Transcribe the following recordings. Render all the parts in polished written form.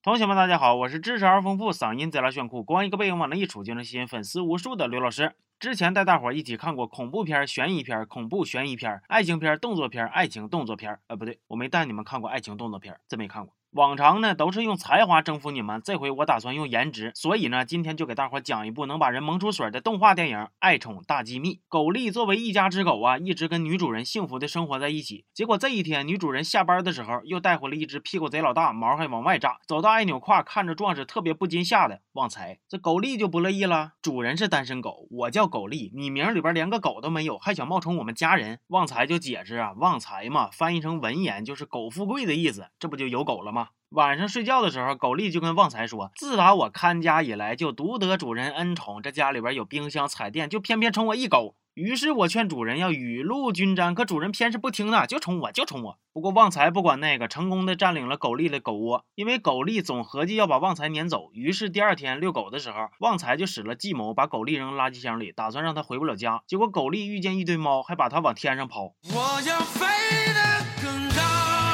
同学们大家好，我是知识而丰富，嗓音贼拉炫酷，光一个背影往那一杵就能吸引粉丝无数的刘老师。之前带大伙一起看过恐怖片、悬疑片、恐怖悬疑片、爱情片、动作片、爱情动作片，不对，我没带你们看过爱情动作片，真没看过。往常呢都是用才华征服你们，这回我打算用颜值，所以呢今天就给大伙讲一部能把人萌出水的动画电影《爱宠大机密》。狗丽作为一家之狗啊，一直跟女主人幸福的生活在一起。结果这一天，女主人下班的时候又带回了一只屁股贼老大，毛还往外炸，走到爱扭胯，看着壮实特别不禁吓的旺财。这狗丽就不乐意了，主人是单身狗，我叫狗丽，你名里边连个狗都没有，还想冒充我们家人？旺财就解释啊，旺财嘛，翻译成文言就是狗富贵的意思，这不就有狗了吗？晚上睡觉的时候，狗丽就跟旺财说，自打我看家以来就独得主人恩宠，这家里边有冰箱彩电，就偏偏宠我一狗。于是我劝主人要雨露均沾，可主人偏是不听的，就宠我。不过旺财不管那个，成功的占领了狗丽的狗窝。因为狗丽总合计要把旺财撵走，于是第二天遛狗的时候，旺财就使了计谋，把狗丽扔垃圾箱里，打算让他回不了家。结果狗丽遇见一堆猫，还把他往天上抛。我要飞得更高，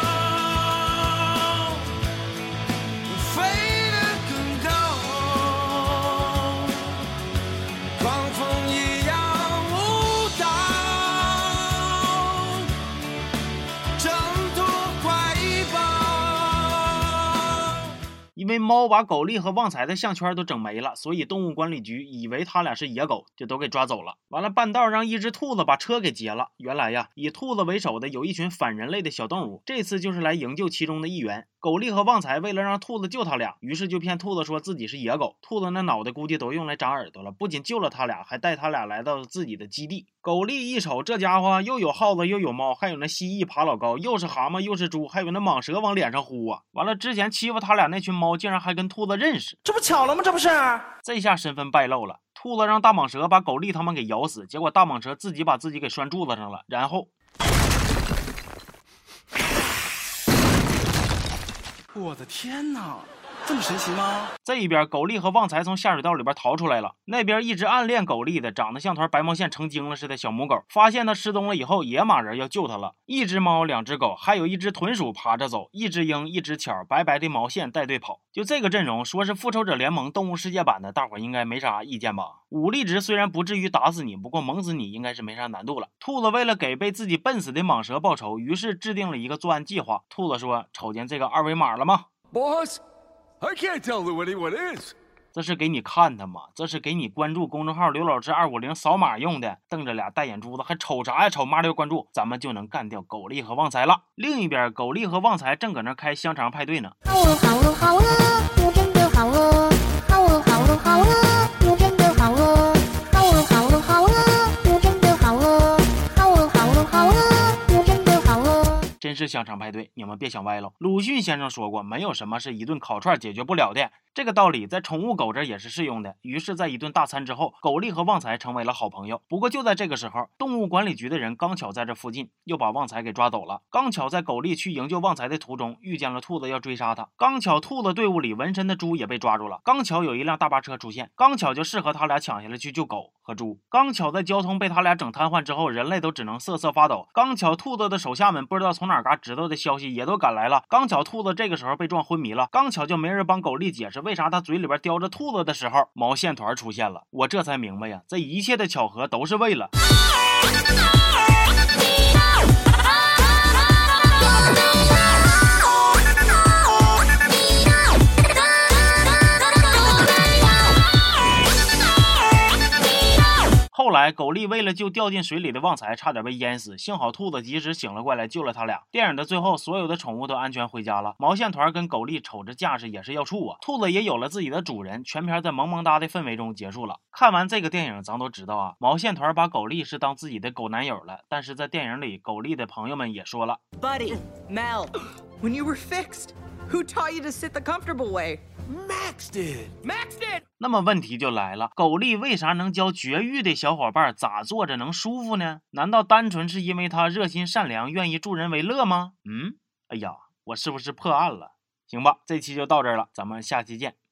飞得更高，狂风一样舞蹈，挣脱怀抱。因为猫把狗丽和旺财的项圈都整没了，所以动物管理局以为他俩是野狗，就都给抓走了。完了，半道让一只兔子把车给劫了。原来呀，以兔子为首的有一群反人类的小动物，这次就是来营救其中的一员。狗丽和旺财为了让兔子救他俩，于是就骗兔子说自己是野狗。兔子那脑袋估计都用来长耳朵了，不仅救了他俩，还带他俩来到自己的基地。狗丽一瞅，这家伙又有耗子又有猫，还有那蜥蜴爬老高，又是蛤蟆又是猪，还有那蟒蛇往脸上呼啊！完了，之前欺负他俩那群猫竟然还跟兔子认识，这不巧了吗？这不是？这下身份败露了。兔子让大蟒蛇把狗丽他们给咬死，结果大蟒蛇自己把自己给拴柱子上了，然后我的天哪，这么神奇吗？ 这一边狗丽和旺财从下水道里边逃出来了，那边一直暗恋狗丽的长得像团白毛线成精了似的小母狗发现他失踪了以后，野马人要救他了。一只猫，两只狗，还有一只豚鼠爬着走，一只鹰，一只巧，白白的毛线带队跑。就这个阵容，说是复仇者联盟动物世界版的，大伙应该没啥意见吧？武力值虽然不至于打死你，不过猛死你应该是没啥难度了。兔子为了给被自己笨死的蟒蛇报仇，于是制定了一个作案计划。兔子说，瞅见这个二维码了吗？ Boss, I can't tell who anyone is. 这是给你看的吗？这是给你关注公众号刘老师250扫码用的。瞪着俩大眼珠子还瞅啥呀？瞅麻溜关注，咱们就能干掉狗丽和旺财了。另一边，狗丽和旺财正搁那开香肠派对呢。 好哦好哦好哦，我真的好哦，好哦好哦好哦，我真的好哦，好哦好哦好哦，我真的好哦，好哦好哦好哦，我真的好哦。 真是香肠派对，你们别想歪了。鲁迅先生说过，没有什么是一顿烤串解决不了的。这个道理在宠物狗这也是适用的。于是在一顿大餐之后，狗丽和旺财成为了好朋友。不过就在这个时候，动物管理局的人刚巧在这附近，又把旺财给抓走了。刚巧在狗丽去营救旺财的途中，遇见了兔子要追杀他。刚巧兔子队伍里纹身的猪也被抓住了。刚巧有一辆大巴车出现，刚巧就适合他俩抢下来去救狗和猪。刚巧在交通被他俩整瘫痪之后，人类都只能瑟瑟发抖。刚巧兔子的手下们不知道从哪嘎知道的消息也都赶来了。刚巧兔子这个时候被撞昏迷了。刚巧就没人帮狗丽解释为啥他嘴里边叼着兔子的时候，毛线团出现了。我这才明白呀，这一切的巧合都是为了后来狗丽为了救掉进水里的旺财，差点被淹死，幸好兔子及时醒了过来，救了他俩。电影的最后，所有的宠物都安全回家了。毛线团跟狗丽瞅着架势也是要处啊，兔子也有了自己的主人。全片在萌萌哒的氛围中结束了。看完这个电影，咱都知道啊，毛线团把狗丽是当自己的狗男友了。但是在电影里，狗丽的朋友们也说了 Buddy, Mel, when you were fixed, who taught you to sit the comfortable way? Max did. Max did! 那么问题就来了，狗丽为啥能教绝育的小伙伴咋坐着能舒服呢？难道单纯是因为他热心善良，愿意助人为乐吗？哎呀，我是不是破案了？行吧，这期就到这儿了，咱们下期见。